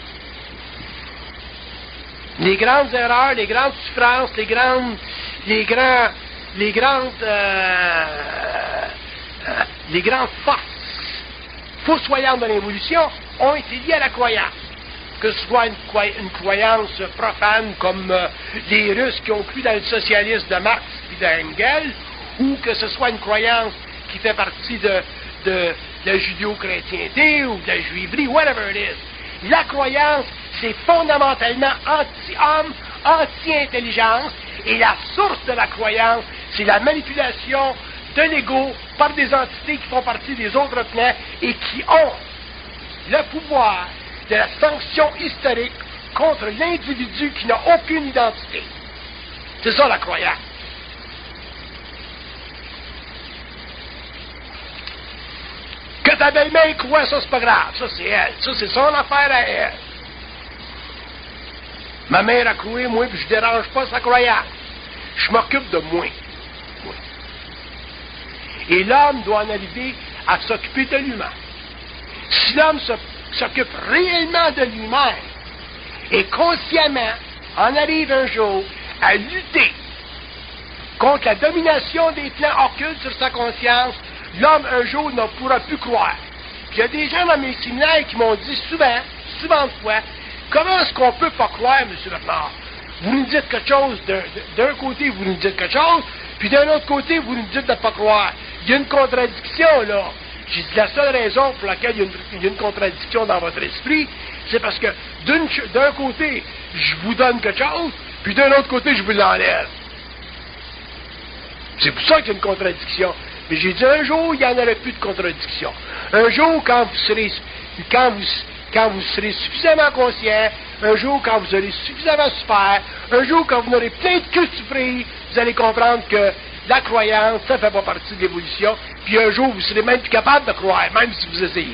Les grandes erreurs, les grandes souffrances, les grandes, les grands, les grandes, euh, euh, les grandes forces fossoyantes de l'évolution ont été liées à la croyance. Que ce soit une, croy- une croyance profane comme euh, les Russes qui ont cru dans le socialisme de Marx et d'Engels, ou que ce soit une croyance qui fait partie de, de, de la judéo-chrétienté ou de la juiverie, whatever it is. La croyance, c'est fondamentalement anti-homme, anti-intelligence, et la source de la croyance, c'est la manipulation de l'ego par des entités qui font partie des autres plans et qui ont le pouvoir de la sanction historique contre l'individu qui n'a aucune identité. C'est ça la croyance. Que ta belle-mère croit, ça c'est pas grave, ça c'est elle, ça c'est son affaire à elle. Ma mère a croué, moi, puis je dérange pas sa croyance. Je m'occupe de moi. moi. Et l'homme doit en arriver à s'occuper de lui-même. Si l'homme s'occupe réellement de lui-même et consciemment en arrive un jour à lutter contre la domination des plans occultes sur sa conscience, l'homme un jour ne pourra plus croire. Puis il y a des gens dans mes séminaires qui m'ont dit souvent, souvent de fois, comment est-ce qu'on peut pas croire, M. Bernard? Vous nous dites quelque chose, d'un côté vous nous dites quelque chose, puis d'un autre côté vous nous dites de ne pas croire. Il y a une contradiction là. J'ai dit la seule raison pour laquelle il y a une, il y a une contradiction dans votre esprit, c'est parce que d'un côté, je vous donne quelque chose, puis d'un autre côté, je vous l'enlève. C'est pour ça qu'il y a une contradiction. Mais j'ai dit un jour, il n'y en aurait plus de contradiction. Un jour, quand vous serez, quand vous, quand vous serez suffisamment conscient, un jour, quand vous serez suffisamment super, un jour, quand vous aurez plein de queues surprises, vous allez comprendre que la croyance, ça ne fait pas partie de l'évolution, puis un jour, vous serez même plus capable de croire, même si vous essayez.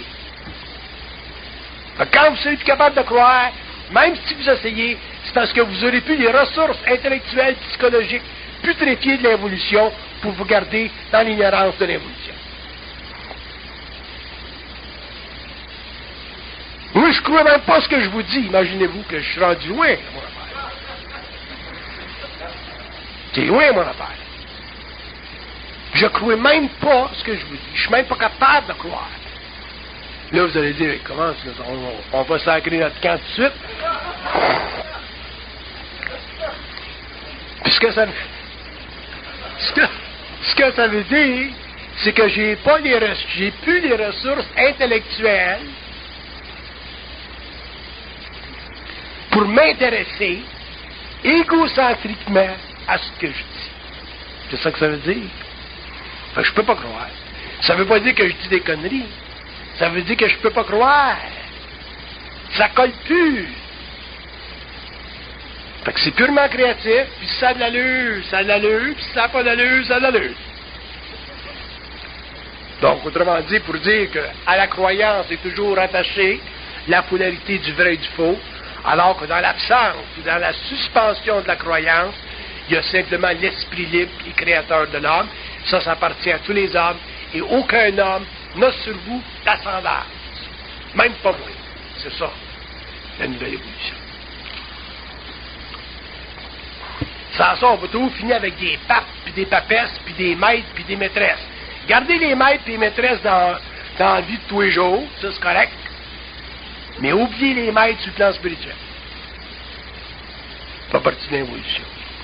Quand vous serez plus capable de croire, même si vous essayez, c'est parce que vous n'aurez plus les ressources intellectuelles, psychologiques, putréfiées de l'évolution pour vous garder dans l'ignorance de l'évolution. Moi, je ne crois même pas ce que je vous dis. Imaginez-vous que je suis rendu loin, mon affaire. C'est loin, mon affaire. Je ne crois même pas ce que je vous dis. Je ne suis même pas capable de croire. Là, vous allez dire, comment on, on va sacrer notre camp tout de suite? Puis ce que ça, ce que, ce que ça veut dire, c'est que j'ai pas les, j'ai plus les ressources intellectuelles pour m'intéresser égocentriquement à ce que je dis. C'est ça que ça veut dire. Fait que je peux pas croire. Ça veut pas dire que je dis des conneries. Ça veut dire que je peux pas croire. Ça colle plus. Fait que c'est purement créatif, puis ça a de l'allure, ça a de l'allure, puis ça n'a pas d'allure, ça a de l'allure. Donc, autrement dit, pour dire qu'à la croyance est toujours attachée la polarité du vrai et du faux, alors que dans l'absence ou dans la suspension de la croyance, il y a simplement l'esprit libre et créateur de l'homme. Ça, ça appartient à tous les hommes, et aucun homme n'a sur vous d'ascendance. Même pas moi. C'est ça, la nouvelle évolution. Sans ça, on va toujours finir avec des papes, puis des papesses, puis des maîtres, puis des maîtresses. Gardez les maîtres et les maîtresses dans, dans la vie de tous les jours, ça c'est correct. Mais oubliez les maîtres sur le plan spirituel. Pas partie de l'évolution.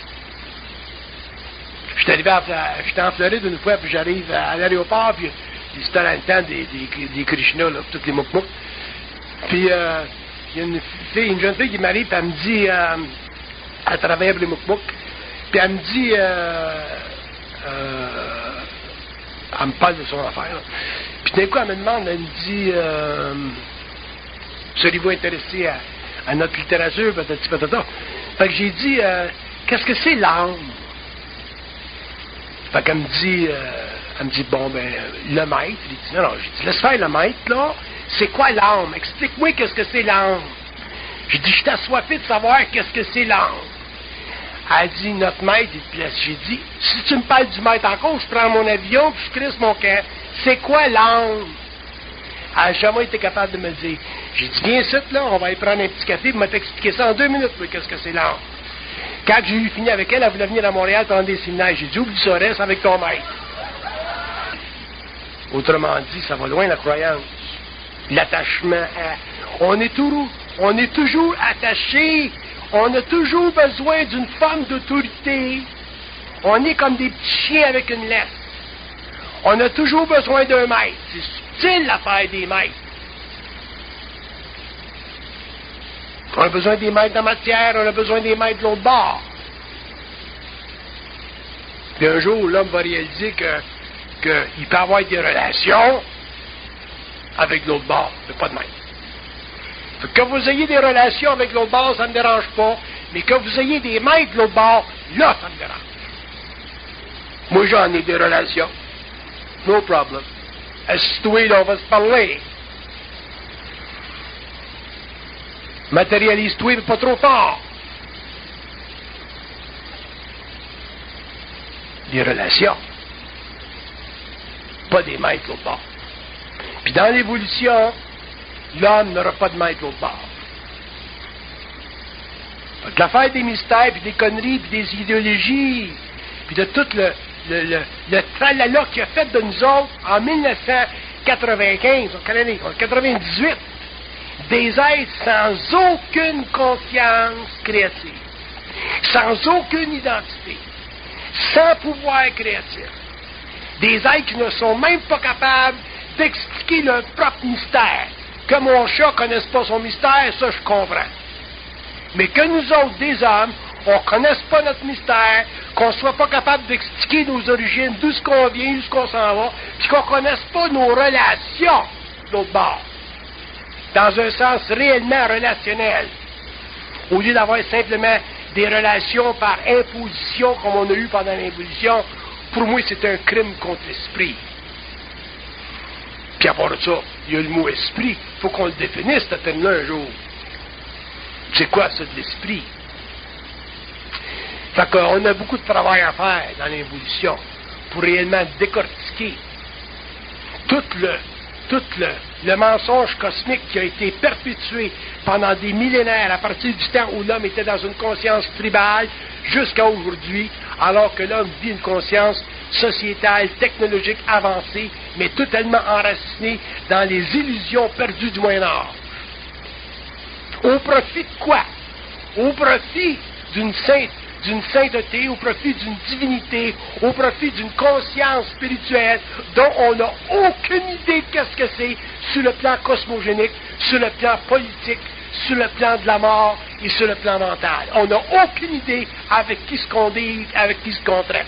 J'étais arrivé à, j'étais en Floride une fois, puis j'arrive à, à l'aéroport, puis c'était dans le temps des, des, des Krishna, là, toutes les mouk-mouk. Puis, euh, il y a une fille, une jeune fille qui m'arrive, puis elle me dit, euh, elle travaille pour les mouk-mouk, puis elle me dit, euh, euh, elle me parle de son affaire, là. Puis d'un coup, elle me demande, elle me dit, euh, seriez-vous intéressé à, à notre littérature, patati patata. Fait que j'ai dit, euh, qu'est-ce que c'est l'âme? Fait qu'elle me dit, euh, elle me dit, bon, ben, le maître. Il dit, non, non, j'ai dit, laisse faire le maître, là. C'est quoi l'âme? Explique-moi qu'est-ce que c'est l'âme. J'ai dit, je suis assoiffé de savoir qu'est-ce que c'est l'âme. Elle dit, notre maître, j'ai dit, si tu me parles du maître encore, je prends mon avion, puis je crisse mon camp. C'est quoi l'âme? Elle n'a jamais été capable de me le dire. J'ai dit, viens ici, là, on va aller prendre un petit café, puis m'a t'expliquer ça en deux minutes, qu'est-ce que c'est l'âme. Quand j'ai eu fini avec elle, elle voulait venir à Montréal prendre des séminaires. J'ai dit, oublie ça, reste avec ton maître. Autrement dit, ça va loin la croyance. L'attachement à... On est, tout... on est toujours attaché. On a toujours besoin d'une forme d'autorité. On est comme des petits chiens avec une laisse. On a toujours besoin d'un maître. C'est subtil l'affaire des maîtres. On a besoin des maîtres de matière, on a besoin des maîtres de l'autre bord. Puis un jour, l'homme va réaliser que qu'il peut avoir des relations avec l'autre bord, mais pas de même. Fait que vous ayez des relations avec l'autre bord, ça ne me dérange pas, mais que vous ayez des maîtres de l'autre bord, là, ça me dérange. Moi, j'en ai des relations. No problem. Assis-toi, là, on va se parler. Matérialise-toi, mais pas trop fort. Des relations. Pas des maîtres de l'autre bord. Puis dans l'évolution, l'homme n'aura pas de maître de l'autre bord. Fait que l'affaire des mystères, puis des conneries, puis des idéologies, puis de tout le, le, le, le tralala qu'il a fait de nous autres en mille neuf cent quatre-vingt-quinze, en quatre-vingt-dix-huit, des êtres sans aucune conscience créative, sans aucune identité, sans pouvoir créatif, des êtres qui ne sont même pas capables d'expliquer leur propre mystère. Que mon chat ne connaisse pas son mystère, ça je comprends. Mais que nous autres, des hommes, on ne connaisse pas notre mystère, qu'on ne soit pas capable d'expliquer nos origines, d'où ce qu'on vient, d'où ce qu'on s'en va, puis qu'on ne connaisse pas nos relations d'autre bord, dans un sens réellement relationnel, au lieu d'avoir simplement des relations par imposition, comme on a eu pendant l'évolution. Pour moi, c'est un crime contre l'esprit. Puis à part de ça, il y a le mot esprit. Il faut qu'on le définisse, ce terme-là, un jour. C'est quoi ça de l'esprit? Fait qu'on a beaucoup de travail à faire dans l'évolution pour réellement décortiquer tout le, tout le, le mensonge cosmique qui a été perpétué pendant des millénaires à partir du temps où l'homme était dans une conscience tribale jusqu'à aujourd'hui, alors que l'homme vit une conscience sociétale, technologique avancée, mais totalement enracinée dans les illusions perdues du Moyen-Âge. Au profit de quoi? Au profit d'une sainte, d'une sainteté, au profit d'une divinité, au profit d'une conscience spirituelle dont on n'a aucune idée de qu'est-ce que c'est sur le plan cosmogénique, sur le plan politique, sur le plan de la mort et sur le plan mental. On n'a aucune idée avec qui se qu'on dit, avec qui se qu'on traite.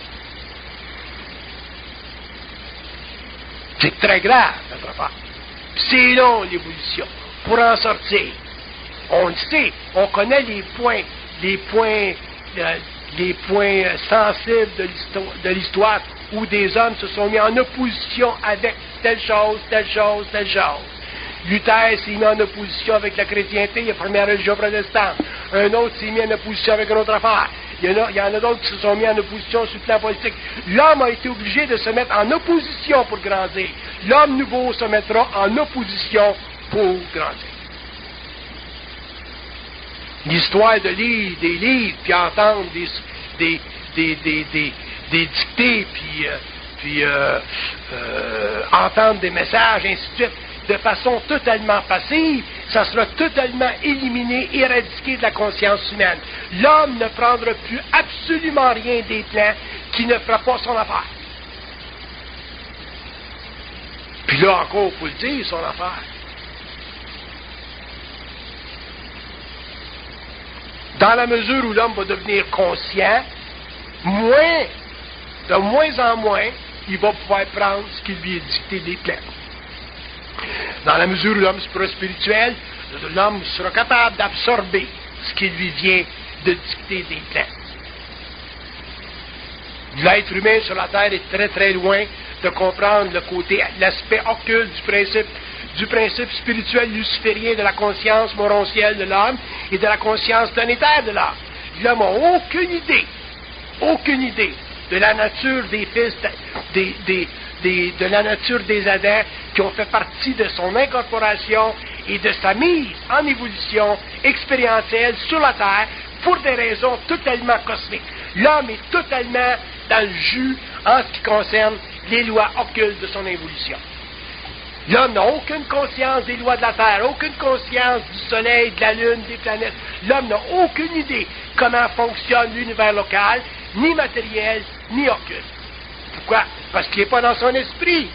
C'est très grave, notre affaire. C'est long, l'évolution. Pour en sortir, on le sait, on connaît les points, les points, euh, les points sensibles de l'histoire, de l'histoire où des hommes se sont mis en opposition avec telle chose, telle chose, telle chose. Luther s'est mis en opposition avec la chrétienté, il a formé la religion protestante. Un autre s'est mis en opposition avec une autre affaire. Il y en a, il y en a d'autres qui se sont mis en opposition sur le plan politique. L'homme a été obligé de se mettre en opposition pour grandir. L'homme nouveau se mettra en opposition pour grandir. L'histoire de lire des livres, puis entendre des, des, des, des, des, des dictées, puis, euh, puis euh, euh, entendre des messages, ainsi de suite, de façon totalement passive, ça sera totalement éliminé, éradiqué de la conscience humaine. L'homme ne prendra plus absolument rien des plans qui ne fera pas son affaire. Puis là encore, il faut le dire, son affaire. Dans la mesure où l'homme va devenir conscient, moins, de moins en moins, il va pouvoir prendre ce qui lui est dicté des plans. Dans la mesure où l'homme sera spirituel, l'homme sera capable d'absorber ce qui lui vient de dicter des plans. L'être humain sur la Terre est très très loin de comprendre le côté, l'aspect occulte du principe, du principe spirituel luciférien de la conscience morontielle de l'homme et de la conscience planétaire de l'homme. L'homme n'a aucune idée, aucune idée de la nature des fils, des, des, des, de la nature des Adams qui ont fait partie de son incorporation et de sa mise en évolution expérientielle sur la Terre pour des raisons totalement cosmiques. L'homme est totalement dans le jus en ce qui concerne les lois occultes de son évolution. L'homme n'a aucune conscience des lois de la Terre, aucune conscience du Soleil, de la Lune, des planètes. L'homme n'a aucune idée comment fonctionne l'univers local, ni matériel, ni occulte. Pourquoi? Parce qu'il n'est pas dans son esprit.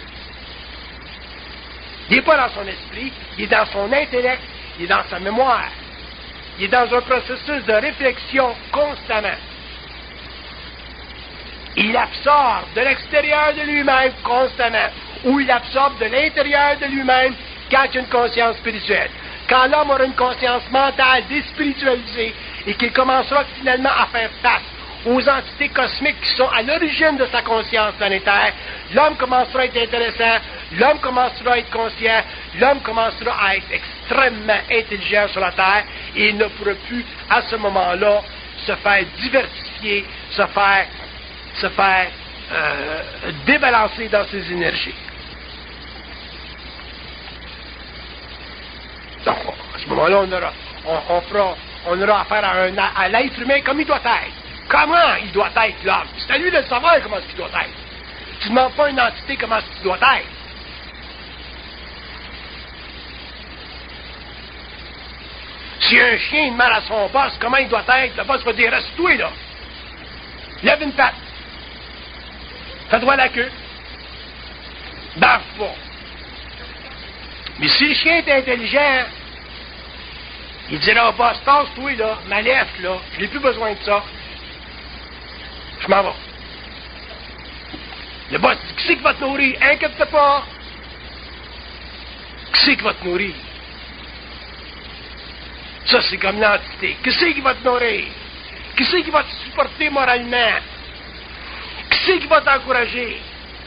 Il n'est pas dans son esprit, il est dans son intellect, il est dans sa mémoire. Il est dans un processus de réflexion constamment. il absorbe de l'extérieur de lui-même constamment, ou il absorbe de l'intérieur de lui-même quand il y a une conscience spirituelle. Quand l'homme aura une conscience mentale déspiritualisée et qu'il commencera finalement à faire face aux entités cosmiques qui sont à l'origine de sa conscience planétaire, l'homme commencera à être intéressant, l'homme commencera à être conscient, l'homme commencera à être extrêmement intelligent sur la Terre et il ne pourra plus, à ce moment-là, se faire diversifier, se faire, se faire euh, débalancer dans ses énergies. Donc, à ce moment-là, on aura, on, on fera, on aura affaire à, un, à l'être humain comme il doit être. Comment il doit être, l'homme? C'est à lui de le savoir comment il doit être. Tu ne demandes pas à une entité comment il doit être. Si un chien demande à son boss comment il doit être, le boss va dire, reste-toi là. Lève une patte. Fais droit la queue. Baffe pas. Mais si le chien est intelligent, il dira au boss, tasse-toi là, ma lèvre là, je n'ai plus besoin de ça. Je m'en vais. Le boss dit, qui c'est qui va te nourrir? Inquiète-toi pas. Qui c'est qui va te nourrir? Ça, c'est comme l'entité. Qui c'est qui va te nourrir? Qui c'est qui va te supporter moralement? Qui c'est qui va t'encourager?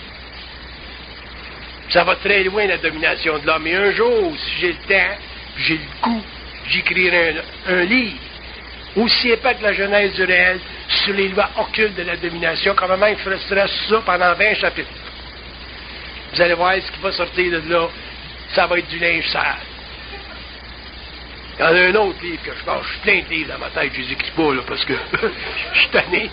Ça va très loin, la domination de l'homme. Et un jour, si j'ai le temps, puis j'ai le goût, j'écrirai un, un livre aussi épais que la Genèse du réel sur les lois occultes de la domination. Quand même, il ferait ça pendant vingt chapitres. Vous allez voir ce qui va sortir de là. Ça va être du linge sale. Il y en a un autre livre que je pense. Je suis plein de livres dans ma tête. Je les écris pas, là, parce que je suis tanné.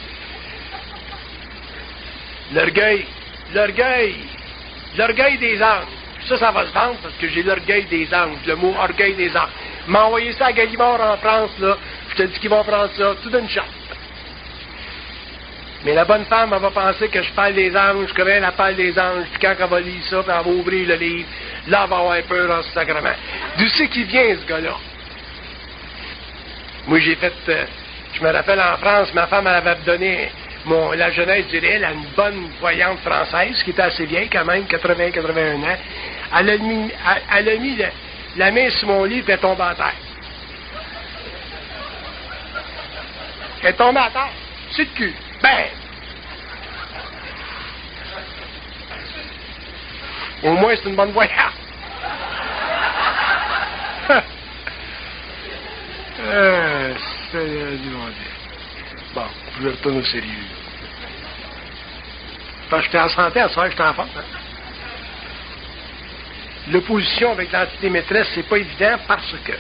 L'orgueil. L'orgueil. L'orgueil des anges. Ça, ça va se vendre parce que j'ai l'orgueil des anges. Le mot orgueil des anges. M'a envoyé ça à Gallimard en France, là. Je te dis qu'ils vont prendre ça, tout d'une shot. Mais la bonne femme, elle va penser que je parle des anges, comme elle, elle parle des anges, puis quand elle va lire ça, puis elle va ouvrir le livre, là, elle va avoir peur en ce sacrement. D'où c'est qu'il vient, ce gars-là? Moi, j'ai fait, euh, je me rappelle en France, ma femme, elle avait donné mon, la Genèse du réel à une bonne voyante française, qui était assez vieille quand même, quatre-vingts, quatre-vingt-un ans. Elle a mis, elle, elle a mis le, la main sur mon livre, puis elle est tombée à terre. Elle est tombée à terre, sur le cul. Ben! Au moins, c'est une bonne voyante. euh, bon, je vais retourner au sérieux. Parce que j'étais en santé, à ce soir, j'étais en forme. Hein? L'opposition avec l'entité maîtresse, c'est pas évident parce que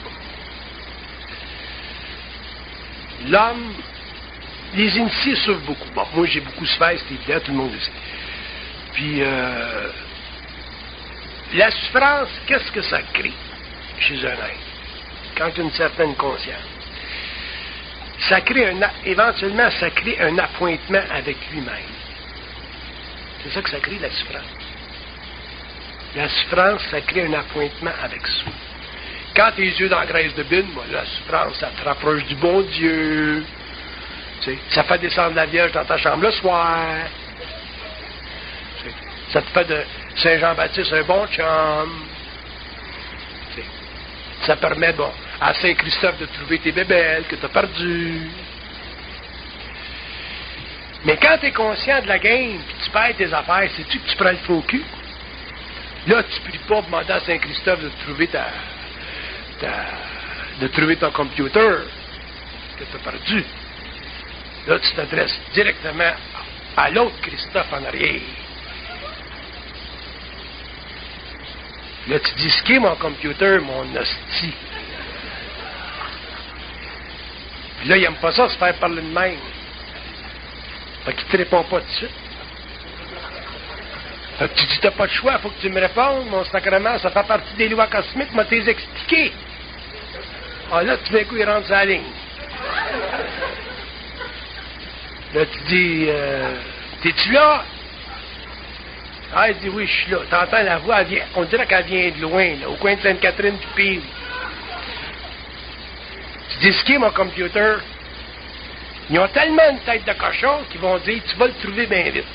l'homme, les initiés souffrent beaucoup. Bon, moi, j'ai beaucoup souffert, c'est évident, tout le monde le sait. Puis, euh, la souffrance, qu'est-ce que ça crée chez un être? Quand il y a une certaine conscience. Ça crée un, éventuellement, ça crée un appointement avec lui-même. C'est ça que ça crée, la souffrance. La souffrance, ça crée un appointement avec soi. Quand tes yeux dans la graisse de bine, moi, la souffrance, ça te rapproche du bon Dieu. Tu sais, ça fait descendre la Vierge dans ta chambre le soir. Tu sais, ça te fait de Saint-Jean-Baptiste un bon chum. Tu sais, ça permet, bon, à Saint-Christophe de trouver tes bébelles que tu as perdues. Mais quand tu es conscient de la game et tu perds tes affaires, sais-tu que tu prends le faux cul? Là, tu ne pries pas pour demander à Saint-Christophe de trouver ta, ta, de trouver ton computer que tu as perdu. Là, tu t'adresses directement à l'autre Christophe en arrière. Là, tu dis, ce qui est mon computer, mon hostie. Puis là, il n'aime pas ça, se faire parler de même. Fait qu'il ne te répond pas tout de suite. Fait que tu dis, t'as pas de choix, il faut que tu me répondes, mon sacrement, ça fait partie des lois cosmiques, moi, t'es expliqué. Ah là, tout d'un coup, il rentre sur la ligne. Là, tu dis, euh, t'es-tu là? Ah, il dit, oui, je suis là. T'entends la voix, elle vient, on dirait qu'elle vient de loin, là, au coin de Sainte-Catherine du Pire. Tu dis, ce qui est mon computer? Ils ont tellement une tête de cochon qu'ils vont dire, tu vas le trouver bien vite.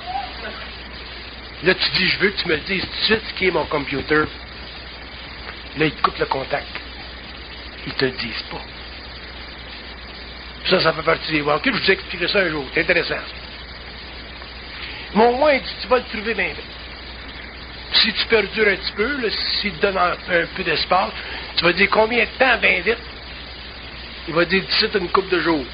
Là, tu dis, je veux que tu me le dises tout de suite ce qui est mon computer. Là, ils te coupent le contact. Ils te le disent pas. Ça, ça fait partie des voix. OK, je vous expliquerai ça un jour. C'est intéressant. Mais au moins, il dit, tu vas le trouver bien vite. Si tu perdures un petit peu, là, s'il te donne un, un peu d'espace, tu vas dire combien de temps bien vite? Il va dire d'ici une couple de jours.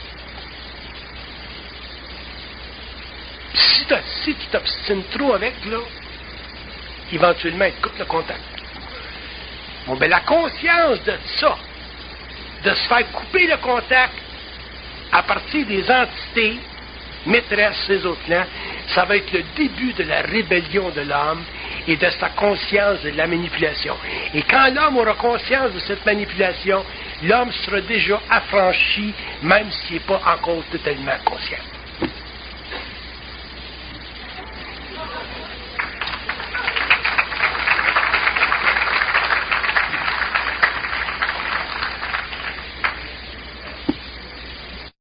Si, si tu t'obstines trop avec, là, éventuellement, il te coupe le contact. Bon, ben la conscience de ça, de se faire couper le contact à partir des entités maîtresses, ces autres-là, ça va être le début de la rébellion de l'homme et de sa conscience de la manipulation. Et quand l'homme aura conscience de cette manipulation, l'homme sera déjà affranchi, même s'il n'est pas encore totalement conscient.